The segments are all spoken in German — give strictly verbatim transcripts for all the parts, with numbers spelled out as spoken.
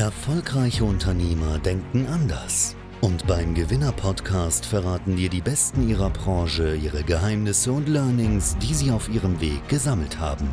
Erfolgreiche Unternehmer denken anders. Und beim Gewinner-Podcast verraten dir die Besten ihrer Branche ihre Geheimnisse und Learnings, die sie auf ihrem Weg gesammelt haben.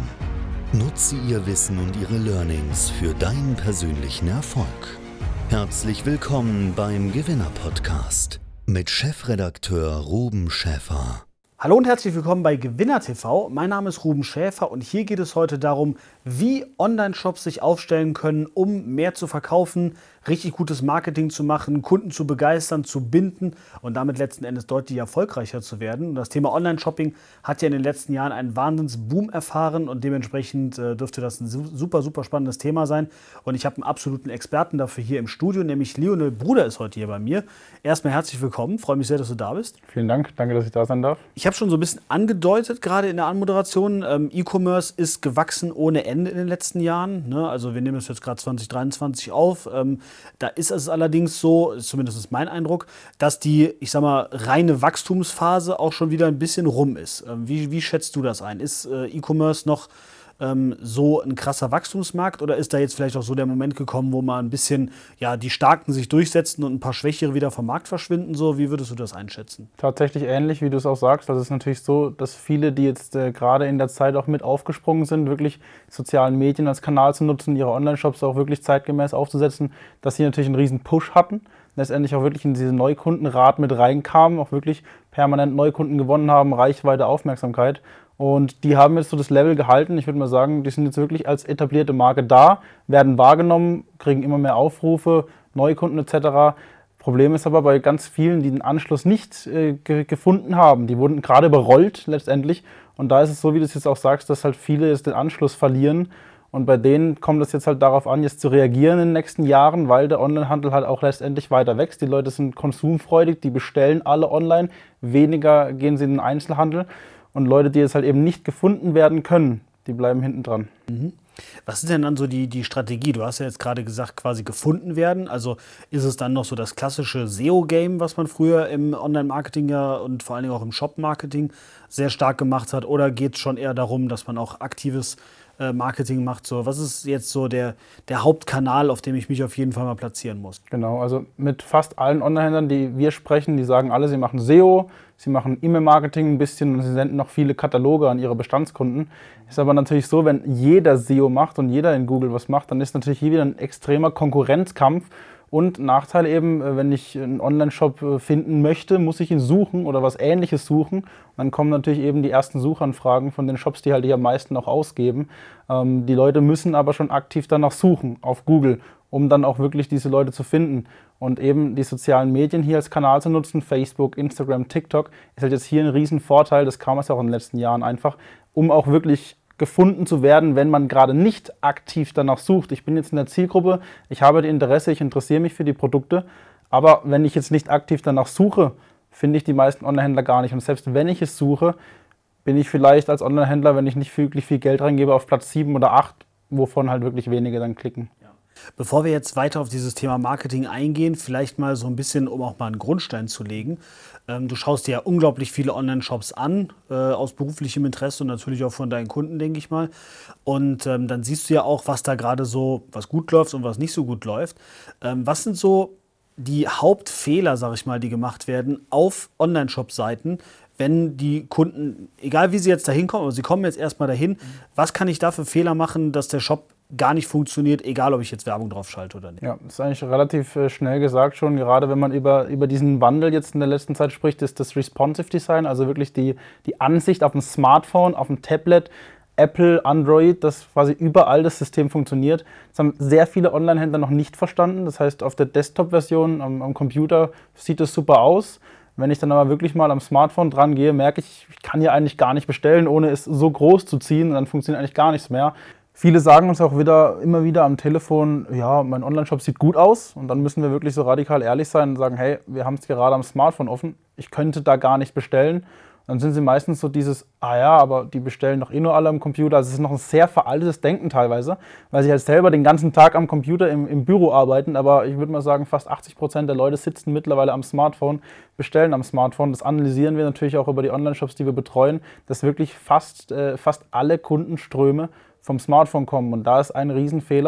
Nutze ihr Wissen und ihre Learnings für deinen persönlichen Erfolg. Herzlich willkommen beim Gewinner-Podcast mit Chefredakteur Ruben Schäfer. Hallo und herzlich willkommen bei Gewinner T V. Mein Name ist Ruben Schäfer und hier geht es heute darum, wie Online-Shops sich aufstellen können, um mehr zu verkaufen, richtig gutes Marketing zu machen, Kunden zu begeistern, zu binden und damit letzten Endes deutlich erfolgreicher zu werden. Und das Thema Online-Shopping hat ja in den letzten Jahren einen Wahnsinnsboom erfahren und dementsprechend äh, dürfte das ein super, super spannendes Thema sein. Und ich habe einen absoluten Experten dafür hier im Studio, nämlich Lionel Bruder ist heute hier bei mir. Erstmal herzlich willkommen, freue mich sehr, dass du da bist. Vielen Dank, danke, dass ich da sein darf. Ich habe schon so ein bisschen angedeutet, gerade in der Anmoderation, ähm, E-Commerce ist gewachsen ohne Ende in den letzten Jahren. Ne? Also wir nehmen das jetzt gerade zwanzig dreiundzwanzig auf. Ähm, da ist es allerdings so, zumindest ist mein Eindruck, dass die, ich sag mal, reine Wachstumsphase auch schon wieder ein bisschen rum ist. Ähm, wie, wie schätzt du das ein? Ist äh, E-Commerce noch ähm, so ein krasser Wachstumsmarkt oder ist da jetzt vielleicht auch so der Moment gekommen, wo mal ein bisschen ja, die Starken sich durchsetzen und ein paar Schwächere wieder vom Markt verschwinden? So, wie würdest du das einschätzen? Tatsächlich ähnlich, wie du es auch sagst. Also es ist natürlich so, dass viele, die jetzt äh, gerade in der Zeit auch mit aufgesprungen sind, wirklich sozialen Medien als Kanal zu nutzen, ihre Online-Shops auch wirklich zeitgemäß aufzusetzen, dass sie natürlich einen riesen Push hatten, letztendlich auch wirklich in diese Neukundenrat mit reinkamen, auch wirklich permanent Neukunden gewonnen haben, Reichweite, Aufmerksamkeit. Und die haben jetzt so das Level gehalten. Ich würde mal sagen, die sind jetzt wirklich als etablierte Marke da, werden wahrgenommen, kriegen immer mehr Aufrufe, Neukunden et cetera. Problem ist aber bei ganz vielen, die den Anschluss nicht äh, ge- gefunden haben. Die wurden gerade überrollt letztendlich. Und da ist es so, wie du es jetzt auch sagst, dass halt viele jetzt den Anschluss verlieren. Und bei denen kommt es jetzt halt darauf an, jetzt zu reagieren in den nächsten Jahren, weil der Onlinehandel halt auch letztendlich weiter wächst. Die Leute sind konsumfreudig, die bestellen alle online, weniger gehen sie in den Einzelhandel. Und Leute, die jetzt halt eben nicht gefunden werden können, die bleiben hinten dran. Mhm. Was ist denn dann so die, die Strategie? Du hast ja jetzt gerade gesagt, quasi gefunden werden. Also ist es dann noch so das klassische S E O-Game, was man früher im Online-Marketing ja und vor allen Dingen auch im Shop-Marketing sehr stark gemacht hat? Oder geht es schon eher darum, dass man auch aktives äh, Marketing macht? So, was ist jetzt so der, der Hauptkanal, auf dem ich mich auf jeden Fall mal platzieren muss? Genau, also mit fast allen Online-Händlern, die wir sprechen, die sagen alle, sie machen S E O, sie machen E-Mail-Marketing ein bisschen und sie senden noch viele Kataloge an ihre Bestandskunden. Ist aber natürlich so, wenn jeder S E O macht und jeder in Google was macht, dann ist natürlich hier wieder ein extremer Konkurrenzkampf. Und Nachteil eben, wenn ich einen Online-Shop finden möchte, muss ich ihn suchen oder was Ähnliches suchen. Und dann kommen natürlich eben die ersten Suchanfragen von den Shops, die halt hier am meisten auch ausgeben. Ähm, die Leute müssen aber schon aktiv danach suchen auf Google, um dann auch wirklich diese Leute zu finden. Und eben die sozialen Medien hier als Kanal zu nutzen, Facebook, Instagram, TikTok, ist halt jetzt hier ein Riesenvorteil. Das kam es auch in den letzten Jahren einfach, um auch wirklich gefunden zu werden, wenn man gerade nicht aktiv danach sucht. Ich bin jetzt in der Zielgruppe, ich habe das Interesse, ich interessiere mich für die Produkte, aber wenn ich jetzt nicht aktiv danach suche, finde ich die meisten Onlinehändler gar nicht. Und selbst wenn ich es suche, bin ich vielleicht als Onlinehändler, wenn ich nicht wirklich viel Geld reingebe, auf Platz sieben oder acht, wovon halt wirklich wenige dann klicken. Bevor wir jetzt weiter auf dieses Thema Marketing eingehen, vielleicht mal so ein bisschen, um auch mal einen Grundstein zu legen. Ähm, du schaust dir ja unglaublich viele Online-Shops an, äh, aus beruflichem Interesse und natürlich auch von deinen Kunden, denke ich mal. Und ähm, dann siehst du ja auch, was da gerade so, was gut läuft und was nicht so gut läuft. Ähm, was sind so die Hauptfehler, sag ich mal, die gemacht werden auf Online-Shop-Seiten, wenn die Kunden, egal wie sie jetzt dahin kommen, aber sie kommen jetzt erstmal dahin, was kann ich da für Fehler machen, dass der Shop gar nicht funktioniert, egal ob ich jetzt Werbung drauf schalte oder nicht? Ja, das ist eigentlich relativ äh, schnell gesagt schon, gerade wenn man über, über diesen Wandel jetzt in der letzten Zeit spricht, ist das Responsive Design, also wirklich die, die Ansicht auf dem Smartphone, auf dem Tablet, Apple, Android, dass quasi überall das System funktioniert. Das haben sehr viele Online-Händler noch nicht verstanden. Das heißt, auf der Desktop-Version am, am Computer sieht es super aus. Wenn ich dann aber wirklich mal am Smartphone dran gehe, merke ich, ich kann hier eigentlich gar nicht bestellen, ohne es so groß zu ziehen. Dann funktioniert eigentlich gar nichts mehr. Viele sagen uns auch wieder, immer wieder am Telefon, ja, mein Online-Shop sieht gut aus. Und dann müssen wir wirklich so radikal ehrlich sein und sagen, hey, wir haben es gerade am Smartphone offen. Ich könnte da gar nicht bestellen. Dann sind sie meistens so dieses, ah ja, aber die bestellen doch eh nur alle am Computer. Also es ist noch ein sehr veraltetes Denken teilweise, weil sie halt selber den ganzen Tag am Computer im, im Büro arbeiten. Aber ich würde mal sagen, fast achtzig Prozent der Leute sitzen mittlerweile am Smartphone, bestellen am Smartphone. Das analysieren wir natürlich auch über die Online-Shops, die wir betreuen, dass wirklich fast, äh, fast alle Kundenströme vom Smartphone kommen. Und da ist ein Riesenfehler,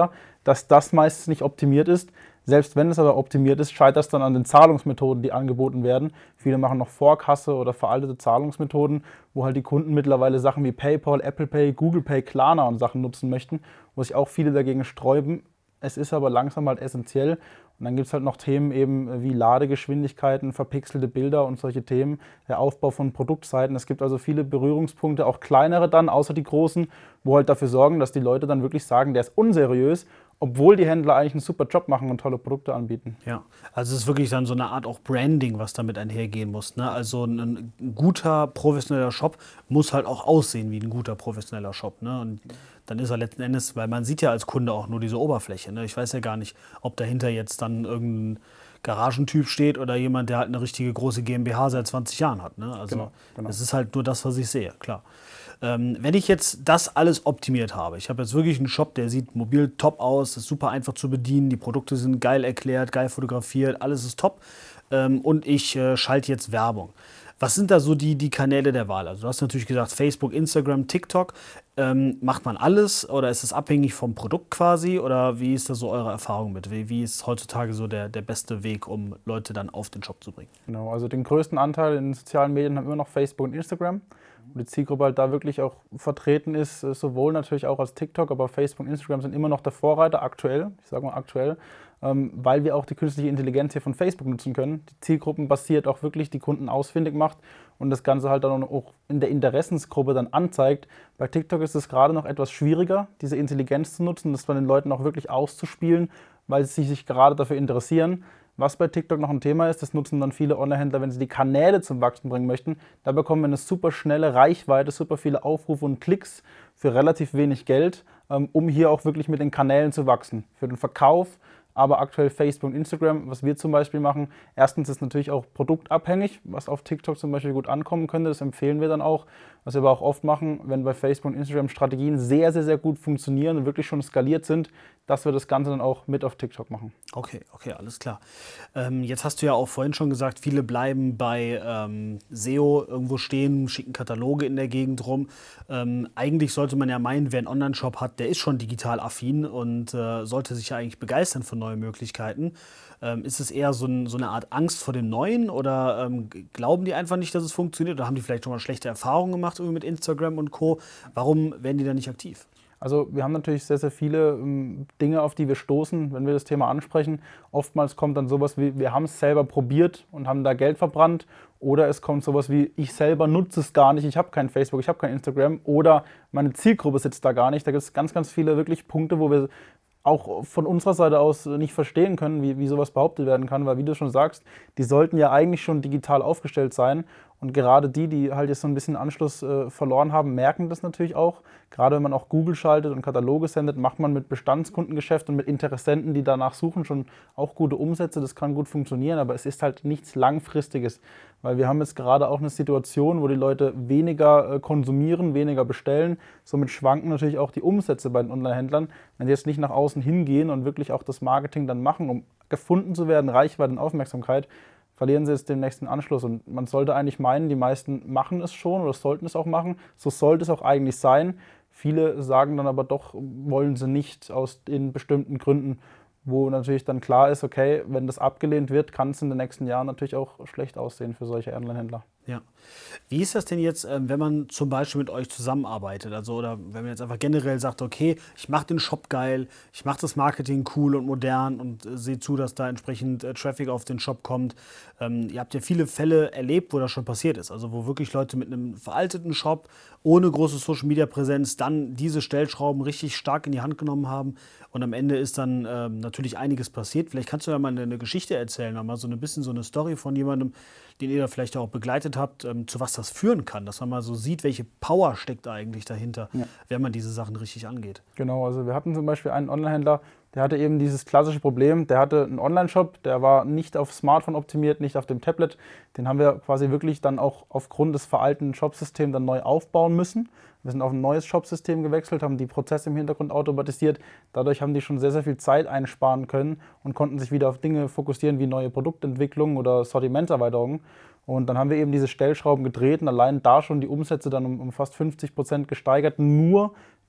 dass das meistens nicht optimiert ist. Selbst wenn es aber optimiert ist, scheitert es dann an den Zahlungsmethoden, die angeboten werden. Viele machen noch Vorkasse oder veraltete Zahlungsmethoden, wo halt die Kunden mittlerweile Sachen wie PayPal, Apple Pay, Google Pay, Klarna und Sachen nutzen möchten, wo sich auch viele dagegen sträuben. Es ist aber langsam halt essentiell. Und dann gibt es halt noch Themen eben wie Ladegeschwindigkeiten, verpixelte Bilder und solche Themen, der Aufbau von Produktseiten. Es gibt also viele Berührungspunkte, auch kleinere dann, außer die großen, wo halt dafür sorgen, dass die Leute dann wirklich sagen, der ist unseriös, obwohl die Händler eigentlich einen super Job machen und tolle Produkte anbieten. Ja, also es ist wirklich dann so eine Art auch Branding, was damit einhergehen muss. Ne? Also ein, ein guter, professioneller Shop muss halt auch aussehen wie ein guter, professioneller Shop. Ne? Und dann ist er letzten Endes, weil man sieht ja als Kunde auch nur diese Oberfläche. Ne? Ich weiß ja gar nicht, ob dahinter jetzt dann irgendein Garagentyp steht oder jemand, der halt eine richtige große GmbH seit zwanzig Jahren hat. Ne? Also Genau, genau. Es ist halt nur das, was ich sehe, klar. Ähm, wenn ich jetzt das alles optimiert habe, ich habe jetzt wirklich einen Shop, der sieht mobil top aus, ist super einfach zu bedienen, die Produkte sind geil erklärt, geil fotografiert, alles ist top, ähm, und ich äh, schalte jetzt Werbung. Was sind da so die, die Kanäle der Wahl? Also du hast natürlich gesagt Facebook, Instagram, TikTok. Ähm, macht man alles oder ist es abhängig vom Produkt quasi? Oder wie ist da so eure Erfahrung mit? Wie, wie ist heutzutage so der, der beste Weg, um Leute dann auf den Shop zu bringen? Genau, also den größten Anteil in den sozialen Medien haben immer noch Facebook und Instagram. Wo die Zielgruppe halt da wirklich auch vertreten ist, sowohl natürlich auch als TikTok, aber Facebook und Instagram sind immer noch der Vorreiter, aktuell, ich sage mal aktuell, ähm, weil wir auch die künstliche Intelligenz hier von Facebook nutzen können, die zielgruppenbasiert auch wirklich die Kunden ausfindig macht und das Ganze halt dann auch in der Interessensgruppe dann anzeigt. Bei TikTok ist es gerade noch etwas schwieriger, diese Intelligenz zu nutzen, das bei den Leuten auch wirklich auszuspielen, weil sie sich gerade dafür interessieren. Was bei TikTok noch ein Thema ist, das nutzen dann viele Online-Händler, wenn sie die Kanäle zum Wachsen bringen möchten. Da bekommen wir eine super schnelle Reichweite, super viele Aufrufe und Klicks für relativ wenig Geld, um hier auch wirklich mit den Kanälen zu wachsen. Für den Verkauf, aber aktuell Facebook und Instagram, was wir zum Beispiel machen. Erstens ist natürlich auch produktabhängig, was auf TikTok zum Beispiel gut ankommen könnte. Das empfehlen wir dann auch. Was wir aber auch oft machen, wenn bei Facebook und Instagram Strategien sehr, sehr, sehr gut funktionieren und wirklich schon skaliert sind, dass wir das Ganze dann auch mit auf TikTok machen. Okay, okay, alles klar. Ähm, jetzt hast du ja auch vorhin schon gesagt, viele bleiben bei ähm, S E O irgendwo stehen, schicken Kataloge in der Gegend rum. Ähm, eigentlich sollte man ja meinen, wer einen Online-Shop hat, der ist schon digital affin und äh, sollte sich ja eigentlich begeistern für neue Möglichkeiten. Ähm, ist es eher so, ein, so eine Art Angst vor dem Neuen oder ähm, glauben die einfach nicht, dass es funktioniert oder haben die vielleicht schon mal schlechte Erfahrungen gemacht irgendwie mit Instagram und Co.? Warum werden die da nicht aktiv? Also wir haben natürlich sehr, sehr viele ähm, Dinge, auf die wir stoßen, wenn wir das Thema ansprechen. Oftmals kommt dann sowas wie, wir haben es selber probiert und haben da Geld verbrannt. Oder es kommt sowas wie, ich selber nutze es gar nicht, ich habe kein Facebook, ich habe kein Instagram. Oder meine Zielgruppe sitzt da gar nicht. Da gibt es ganz, ganz viele wirklich Punkte, wo wir auch von unserer Seite aus nicht verstehen können, wie, wie sowas behauptet werden kann. Weil wie du schon sagst, die sollten ja eigentlich schon digital aufgestellt sein. Und gerade die, die halt jetzt so ein bisschen Anschluss äh, verloren haben, merken das natürlich auch. Gerade wenn man auch Google schaltet und Kataloge sendet, macht man mit Bestandskundengeschäft und mit Interessenten, die danach suchen, schon auch gute Umsätze. Das kann gut funktionieren, aber es ist halt nichts Langfristiges. Weil wir haben jetzt gerade auch eine Situation, wo die Leute weniger äh, konsumieren, weniger bestellen. Somit schwanken natürlich auch die Umsätze bei den Online-Händlern. Wenn sie jetzt nicht nach außen hingehen und wirklich auch das Marketing dann machen, um gefunden zu werden, Reichweite und Aufmerksamkeit, verlieren sie jetzt den nächsten Anschluss. Und man sollte eigentlich meinen, die meisten machen es schon oder sollten es auch machen. So sollte es auch eigentlich sein. Viele sagen dann aber doch, wollen sie nicht aus den bestimmten Gründen, wo natürlich dann klar ist, okay, wenn das abgelehnt wird, kann es in den nächsten Jahren natürlich auch schlecht aussehen für solche Online-Händler. Ja. Wie ist das denn jetzt, wenn man zum Beispiel mit euch zusammenarbeitet? Also, oder wenn man jetzt einfach generell sagt, okay, ich mache den Shop geil, ich mache das Marketing cool und modern und äh, sehe zu, dass da entsprechend äh, Traffic auf den Shop kommt. Ähm, ihr habt ja viele Fälle erlebt, wo das schon passiert ist. Also, wo wirklich Leute mit einem veralteten Shop ohne große Social-Media-Präsenz dann diese Stellschrauben richtig stark in die Hand genommen haben. Und am Ende ist dann ähm, natürlich einiges passiert. Vielleicht kannst du ja mal eine, eine Geschichte erzählen, mal so ein bisschen so eine Story von jemandem, den ihr da vielleicht auch begleitet habt, ähm, zu was das führen kann, dass man mal so sieht, welche Power steckt eigentlich dahinter, ja, wenn man diese Sachen richtig angeht. Genau, also wir hatten zum Beispiel einen Online-Händler, der hatte eben dieses klassische Problem, der hatte einen Online-Shop, der war nicht auf Smartphone optimiert, nicht auf dem Tablet. Den haben wir quasi wirklich dann auch aufgrund des veralteten Shopsystems dann neu aufbauen müssen. Wir sind auf ein neues Shopsystem gewechselt, haben die Prozesse im Hintergrund automatisiert. Dadurch haben die schon sehr, sehr viel Zeit einsparen können und konnten sich wieder auf Dinge fokussieren wie neue Produktentwicklung oder Sortimentserweiterungen. Und dann haben wir eben diese Stellschrauben gedreht und allein da schon die Umsätze dann um, um fast fünfzig Prozent gesteigert, nur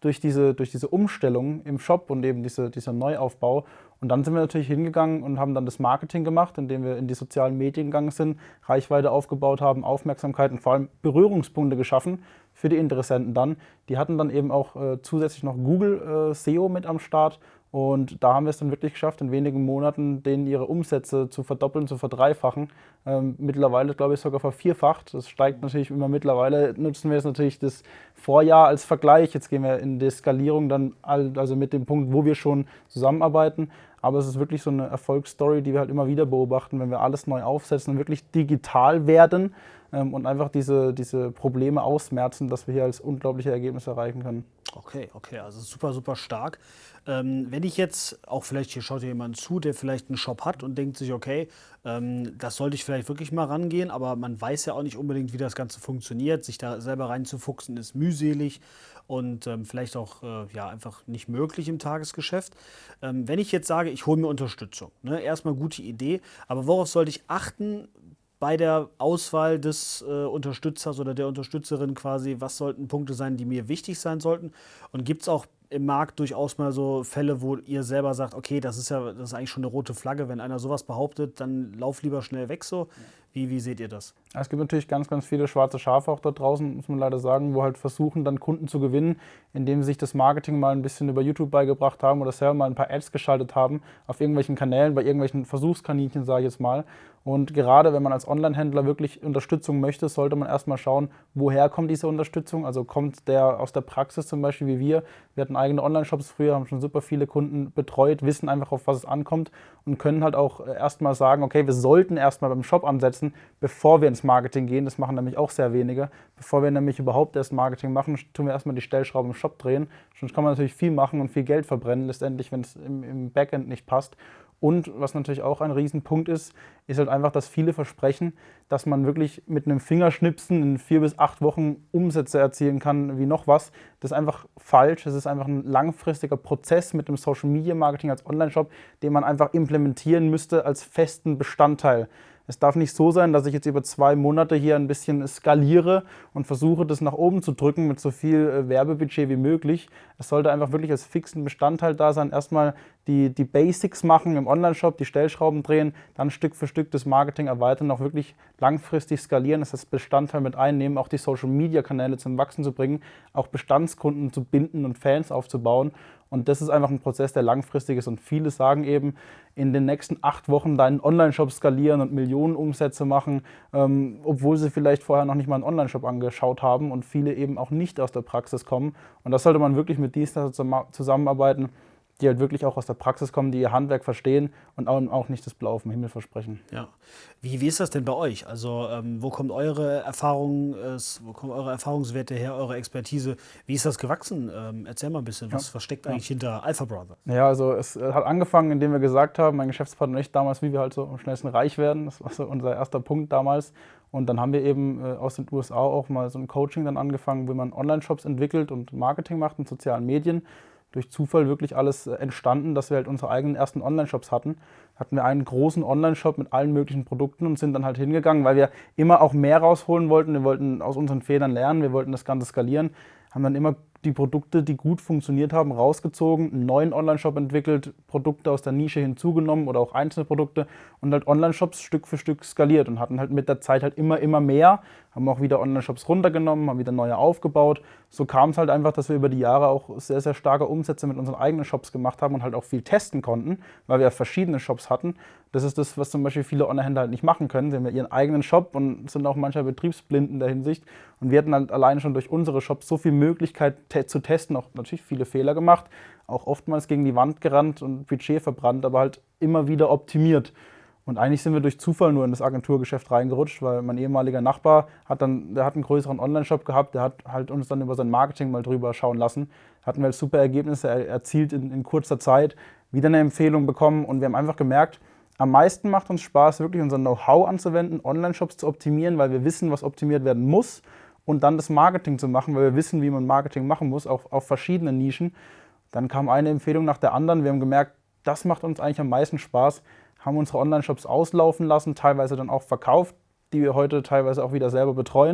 durch diese, durch diese Umstellung im Shop und eben diese, dieser Neuaufbau. Und dann sind wir natürlich hingegangen und haben dann das Marketing gemacht, indem wir in die sozialen Medien gegangen sind, Reichweite aufgebaut haben, Aufmerksamkeit und vor allem Berührungspunkte geschaffen für die Interessenten dann. Die hatten dann eben auch äh, zusätzlich noch Google äh, S E O mit am Start. Und da haben wir es dann wirklich geschafft, in wenigen Monaten denen ihre Umsätze zu verdoppeln, zu verdreifachen. Ähm, mittlerweile, glaube ich, sogar vervierfacht. Das steigt natürlich immer mittlerweile. Nutzen wir jetzt natürlich das Vorjahr als Vergleich. Jetzt gehen wir in die Skalierung dann, also mit dem Punkt, wo wir schon zusammenarbeiten. Aber es ist wirklich so eine Erfolgsstory, die wir halt immer wieder beobachten, wenn wir alles neu aufsetzen und wirklich digital werden ähm, und einfach diese, diese Probleme ausmerzen, dass wir hier als unglaubliche Ergebnisse erreichen können. Okay, okay, also super, super stark. Ähm, wenn ich jetzt, auch vielleicht hier schaut hier jemand zu, der vielleicht einen Shop hat und denkt sich, okay, ähm, das sollte ich vielleicht wirklich mal rangehen, aber man weiß ja auch nicht unbedingt, wie das Ganze funktioniert. Sich da selber reinzufuchsen ist mühselig und ähm, vielleicht auch äh, ja, einfach nicht möglich im Tagesgeschäft. Ähm, wenn ich jetzt sage, ich hole mir Unterstützung, ne, erstmal gute Idee, aber worauf sollte ich achten bei der Auswahl des äh, Unterstützers oder der Unterstützerin quasi? Was sollten Punkte sein, die mir wichtig sein sollten? Und gibt es auch im Markt durchaus mal so Fälle, wo ihr selber sagt, okay, das ist ja das ist eigentlich schon eine rote Flagge, wenn einer sowas behauptet, dann lauf lieber schnell weg so. Wie, wie seht ihr das? Es gibt natürlich ganz, ganz viele schwarze Schafe auch da draußen, muss man leider sagen, wo halt versuchen, dann Kunden zu gewinnen, indem sie sich das Marketing mal ein bisschen über YouTube beigebracht haben oder selber mal ein paar Ads geschaltet haben auf irgendwelchen Kanälen, bei irgendwelchen Versuchskaninchen, sage ich jetzt mal. Und gerade wenn man als Online-Händler wirklich Unterstützung möchte, sollte man erstmal schauen, woher kommt diese Unterstützung. Also kommt der aus der Praxis zum Beispiel wie wir. Wir hatten eigene Online-Shops früher, haben schon super viele Kunden betreut, wissen einfach, auf was es ankommt und können halt auch erstmal sagen, okay, wir sollten erstmal beim Shop ansetzen, bevor wir ins Marketing gehen. Das machen nämlich auch sehr wenige. Bevor wir nämlich überhaupt erst Marketing machen, tun wir erstmal die Stellschrauben im Shop drehen. Sonst kann man natürlich viel machen und viel Geld verbrennen, letztendlich, wenn es im, im Backend nicht passt. Und was natürlich auch ein Riesenpunkt ist, ist halt einfach, dass viele versprechen, dass man wirklich mit einem Fingerschnipsen in vier bis acht Wochen Umsätze erzielen kann, wie noch was. Das ist einfach falsch. Das ist einfach ein langfristiger Prozess mit dem Social Media Marketing als Online-Shop, den man einfach implementieren müsste als festen Bestandteil. Es darf nicht so sein, dass ich jetzt über zwei Monate hier ein bisschen skaliere und versuche, das nach oben zu drücken mit so viel Werbebudget wie möglich. Es sollte einfach wirklich als fixen Bestandteil da sein. Erstmal die, die Basics machen im Online-Shop, die Stellschrauben drehen, dann Stück für Stück das Marketing erweitern, auch wirklich langfristig skalieren, das heißt Bestandteil mit einnehmen, auch die Social-Media-Kanäle zum Wachsen zu bringen, auch Bestandskunden zu binden und Fans aufzubauen. Und das ist einfach ein Prozess, der langfristig ist. Und viele sagen eben, in den nächsten acht Wochen deinen Online-Shop skalieren und Millionen Umsätze machen, ähm, obwohl sie vielleicht vorher noch nicht mal einen Online-Shop angeschaut haben und viele eben auch nicht aus der Praxis kommen. Und das sollte man wirklich mit Dienstleistern zusammenarbeiten, die halt wirklich auch aus der Praxis kommen, die ihr Handwerk verstehen und auch nicht das Blaue vom Himmel versprechen. Ja. Wie, wie ist das denn bei euch? Also ähm, wo kommt eure Erfahrung, äh, wo kommen eure Erfahrungswerte her, eure Expertise? Wie ist das gewachsen? Ähm, erzähl mal ein bisschen, was, ja. was steckt eigentlich ja. hinter Alpha Brothers? Ja, also es hat angefangen, indem wir gesagt haben, mein Geschäftspartner und ich damals, wie wir halt so am schnellsten reich werden. Das war so unser erster Punkt damals. Und dann haben wir eben äh, aus den U S A auch mal so ein Coaching dann angefangen, wie man Online-Shops entwickelt und Marketing macht in sozialen Medien. Durch Zufall wirklich alles entstanden, dass wir halt unsere eigenen ersten Online-Shops hatten. Hatten wir einen großen Online-Shop mit allen möglichen Produkten und sind dann halt hingegangen, weil wir immer auch mehr rausholen wollten. Wir wollten aus unseren Fehlern lernen, wir wollten das Ganze skalieren. Haben dann immer die Produkte, die gut funktioniert haben, rausgezogen, einen neuen Online-Shop entwickelt, Produkte aus der Nische hinzugenommen oder auch einzelne Produkte und halt Online-Shops Stück für Stück skaliert und hatten halt mit der Zeit halt immer, immer mehr, haben auch wieder Online-Shops runtergenommen, haben wieder neue aufgebaut. So kam es halt einfach, dass wir über die Jahre auch sehr, sehr starke Umsätze mit unseren eigenen Shops gemacht haben und halt auch viel testen konnten, weil wir verschiedene Shops hatten. Das ist das, was zum Beispiel viele Online-Händler halt nicht machen können. Sie haben ja ihren eigenen Shop und sind auch manchmal betriebsblind in der Hinsicht. Und wir hatten halt alleine schon durch unsere Shops so viel Möglichkeit te- zu testen, auch natürlich viele Fehler gemacht, auch oftmals gegen die Wand gerannt und Budget verbrannt, aber halt immer wieder optimiert. Und eigentlich sind wir durch Zufall nur in das Agenturgeschäft reingerutscht, weil mein ehemaliger Nachbar hat dann, der hat einen größeren Online-Shop gehabt, der hat halt uns dann über sein Marketing mal drüber schauen lassen. Hatten wir halt super Ergebnisse erzielt in, in kurzer Zeit, wieder eine Empfehlung bekommen und wir haben einfach gemerkt, am meisten macht uns Spaß, wirklich unser Know-how anzuwenden, Online-Shops zu optimieren, weil wir wissen, was optimiert werden muss und dann das Marketing zu machen, weil wir wissen, wie man Marketing machen muss, auch auf verschiedenen Nischen. Dann kam eine Empfehlung nach der anderen. Wir haben gemerkt, das macht uns eigentlich am meisten Spaß, haben unsere Online-Shops auslaufen lassen, teilweise dann auch verkauft, die wir heute teilweise auch wieder selber betreuen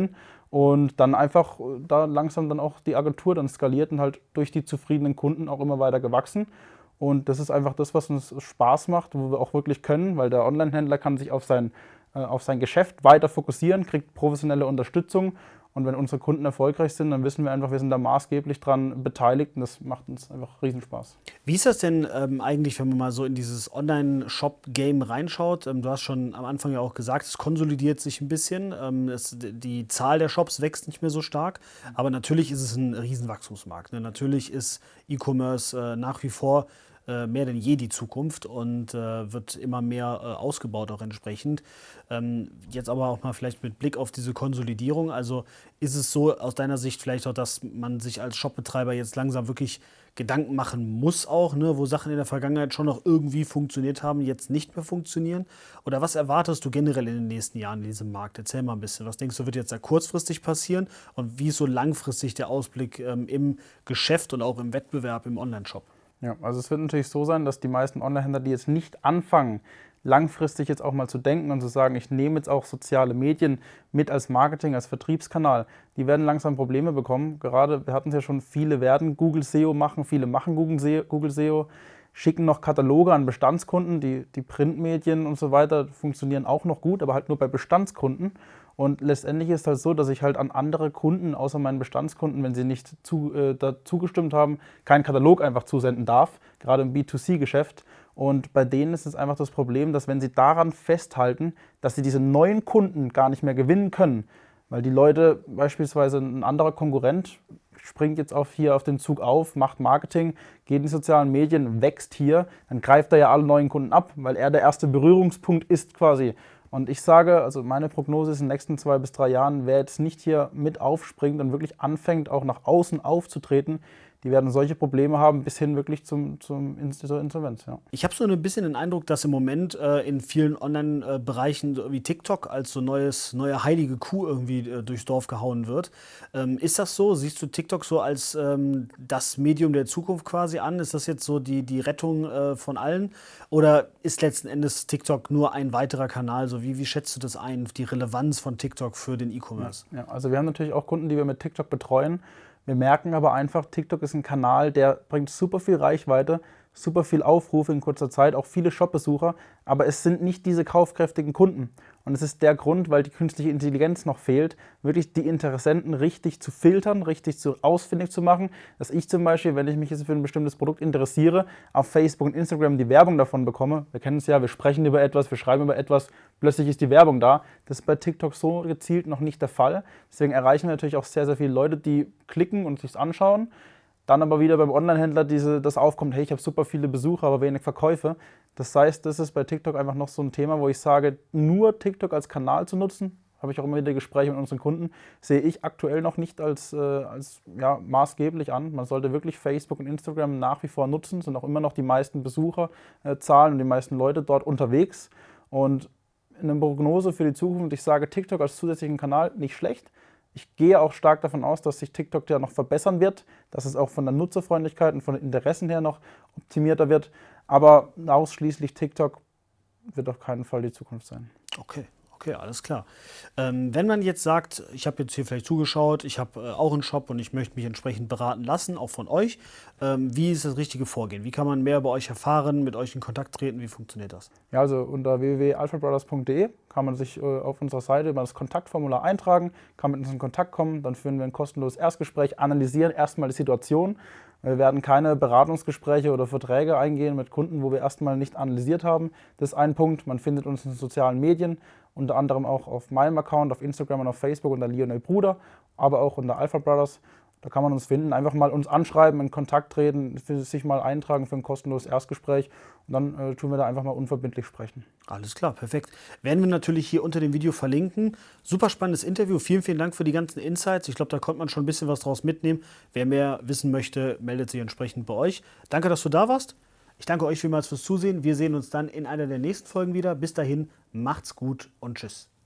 und dann einfach da langsam dann auch die Agentur dann skaliert und halt durch die zufriedenen Kunden auch immer weiter gewachsen. Und das ist einfach das, was uns Spaß macht, wo wir auch wirklich können, weil der Onlinehändler kann sich auf sein, äh, auf sein Geschäft weiter fokussieren, kriegt professionelle Unterstützung. Und wenn unsere Kunden erfolgreich sind, dann wissen wir einfach, wir sind da maßgeblich dran beteiligt und das macht uns einfach Riesenspaß. Wie ist das denn ähm, eigentlich, wenn man mal so in dieses Online-Shop-Game reinschaut? Ähm, du hast schon am Anfang ja auch gesagt, es konsolidiert sich ein bisschen. Ähm, es, die Zahl der Shops wächst nicht mehr so stark, aber natürlich ist es ein Riesenwachstumsmarkt. Ne? Natürlich ist E-Commerce äh, nach wie vor äh, mehr denn je die Zukunft und äh, wird immer mehr äh, ausgebaut auch entsprechend. Ähm, jetzt aber auch mal vielleicht mit Blick auf diese Konsolidierung. Also ist es so aus deiner Sicht vielleicht auch, dass man sich als Shopbetreiber jetzt langsam wirklich Gedanken machen muss auch, ne, wo Sachen in der Vergangenheit schon noch irgendwie funktioniert haben, jetzt nicht mehr funktionieren? Oder was erwartest du generell in den nächsten Jahren in diesem Markt? Erzähl mal ein bisschen. Was denkst du, wird jetzt da kurzfristig passieren? Und wie ist so langfristig der Ausblick ähm, im Geschäft und auch im Wettbewerb im Onlineshop? Ja, also es wird natürlich so sein, dass die meisten Onlinehändler, die jetzt nicht anfangen, langfristig jetzt auch mal zu denken und zu sagen, ich nehme jetzt auch soziale Medien mit als Marketing, als Vertriebskanal, die werden langsam Probleme bekommen. Gerade, wir hatten es ja schon, viele werden Google S E O machen, viele machen Google S E O, schicken noch Kataloge an Bestandskunden, die, die Printmedien und so weiter funktionieren auch noch gut, aber halt nur bei Bestandskunden. Und letztendlich ist es halt so, dass ich halt an andere Kunden, außer meinen Bestandskunden, wenn sie nicht zu, äh, da zugestimmt haben, keinen Katalog einfach zusenden darf, gerade im B zwei C Geschäft. Und bei denen ist es einfach das Problem, dass wenn sie daran festhalten, dass sie diese neuen Kunden gar nicht mehr gewinnen können, weil die Leute, beispielsweise ein anderer Konkurrent, springt jetzt auf hier auf den Zug auf, macht Marketing, geht in die sozialen Medien, wächst hier, dann greift er ja alle neuen Kunden ab, weil er der erste Berührungspunkt ist quasi. Und ich sage, also meine Prognose ist, in den nächsten zwei bis drei Jahren, wer jetzt nicht hier mit aufspringt und wirklich anfängt, auch nach außen aufzutreten, die werden solche Probleme haben, bis hin wirklich zum, zum zur Insolvenz. Ja. Ich habe so ein bisschen den Eindruck, dass im Moment äh, in vielen Online-Bereichen so wie TikTok als so neues, neue heilige Kuh irgendwie äh, durchs Dorf gehauen wird. Ähm, ist das so? Siehst du TikTok so als ähm, das Medium der Zukunft quasi an? Ist das jetzt so die, die Rettung äh, von allen? Oder ist letzten Endes TikTok nur ein weiterer Kanal? So wie, wie schätzt du das ein, die Relevanz von TikTok für den E-Commerce? Ja, ja, also wir haben natürlich auch Kunden, die wir mit TikTok betreuen. Wir merken aber einfach, TikTok ist ein Kanal, der bringt super viel Reichweite, super viel Aufrufe in kurzer Zeit, auch viele Shop-Besucher, aber es sind nicht diese kaufkräftigen Kunden. Und es ist der Grund, weil die künstliche Intelligenz noch fehlt, wirklich die Interessenten richtig zu filtern, richtig zu, ausfindig zu machen, dass ich zum Beispiel, wenn ich mich jetzt für ein bestimmtes Produkt interessiere, auf Facebook und Instagram die Werbung davon bekomme. Wir kennen es ja, wir sprechen über etwas, wir schreiben über etwas, plötzlich ist die Werbung da. Das ist bei TikTok so gezielt noch nicht der Fall. Deswegen erreichen wir natürlich auch sehr, sehr viele Leute, die klicken und sich anschauen. Dann aber wieder beim Onlinehändler diese, das aufkommt, hey, ich habe super viele Besucher, aber wenig Verkäufe. Das heißt, das ist bei TikTok einfach noch so ein Thema, wo ich sage, nur TikTok als Kanal zu nutzen, habe ich auch immer wieder Gespräche mit unseren Kunden, sehe ich aktuell noch nicht als, äh, als ja, maßgeblich an. Man sollte wirklich Facebook und Instagram nach wie vor nutzen, sind auch immer noch die meisten Besucherzahlen und die meisten Leute dort unterwegs. Und eine Prognose für die Zukunft, ich sage TikTok als zusätzlichen Kanal nicht schlecht. Ich gehe auch stark davon aus, dass sich TikTok ja noch verbessern wird, dass es auch von der Nutzerfreundlichkeit und von den Interessen her noch optimierter wird. Aber ausschließlich TikTok wird auf keinen Fall die Zukunft sein. Okay. Okay, alles klar. Ähm, wenn man jetzt sagt, ich habe jetzt hier vielleicht zugeschaut, ich habe äh, auch einen Shop und ich möchte mich entsprechend beraten lassen, auch von euch, ähm, wie ist das richtige Vorgehen? Wie kann man mehr über euch erfahren, mit euch in Kontakt treten? Wie funktioniert das? Ja, also unter w w w punkt alpha brothers punkt de kann man sich äh, auf unserer Seite über das Kontaktformular eintragen, kann mit uns in Kontakt kommen, dann führen wir ein kostenloses Erstgespräch, analysieren erstmal die Situation. Wir werden keine Beratungsgespräche oder Verträge eingehen mit Kunden, wo wir erstmal nicht analysiert haben. Das ist ein Punkt. Man findet uns in den sozialen Medien, unter anderem auch auf meinem Account, auf Instagram und auf Facebook unter Lionel Bruder, aber auch unter Alpha Brothers. Da kann man uns finden, einfach mal uns anschreiben, in Kontakt treten, sich mal eintragen für ein kostenloses Erstgespräch und dann äh, tun wir da einfach mal unverbindlich sprechen. Alles klar, perfekt. Werden wir natürlich hier unter dem Video verlinken. Super spannendes Interview. Vielen, vielen Dank für die ganzen Insights. Ich glaube, da konnte man schon ein bisschen was draus mitnehmen. Wer mehr wissen möchte, meldet sich entsprechend bei euch. Danke, dass du da warst. Ich danke euch vielmals fürs Zusehen. Wir sehen uns dann in einer der nächsten Folgen wieder. Bis dahin, macht's gut und tschüss.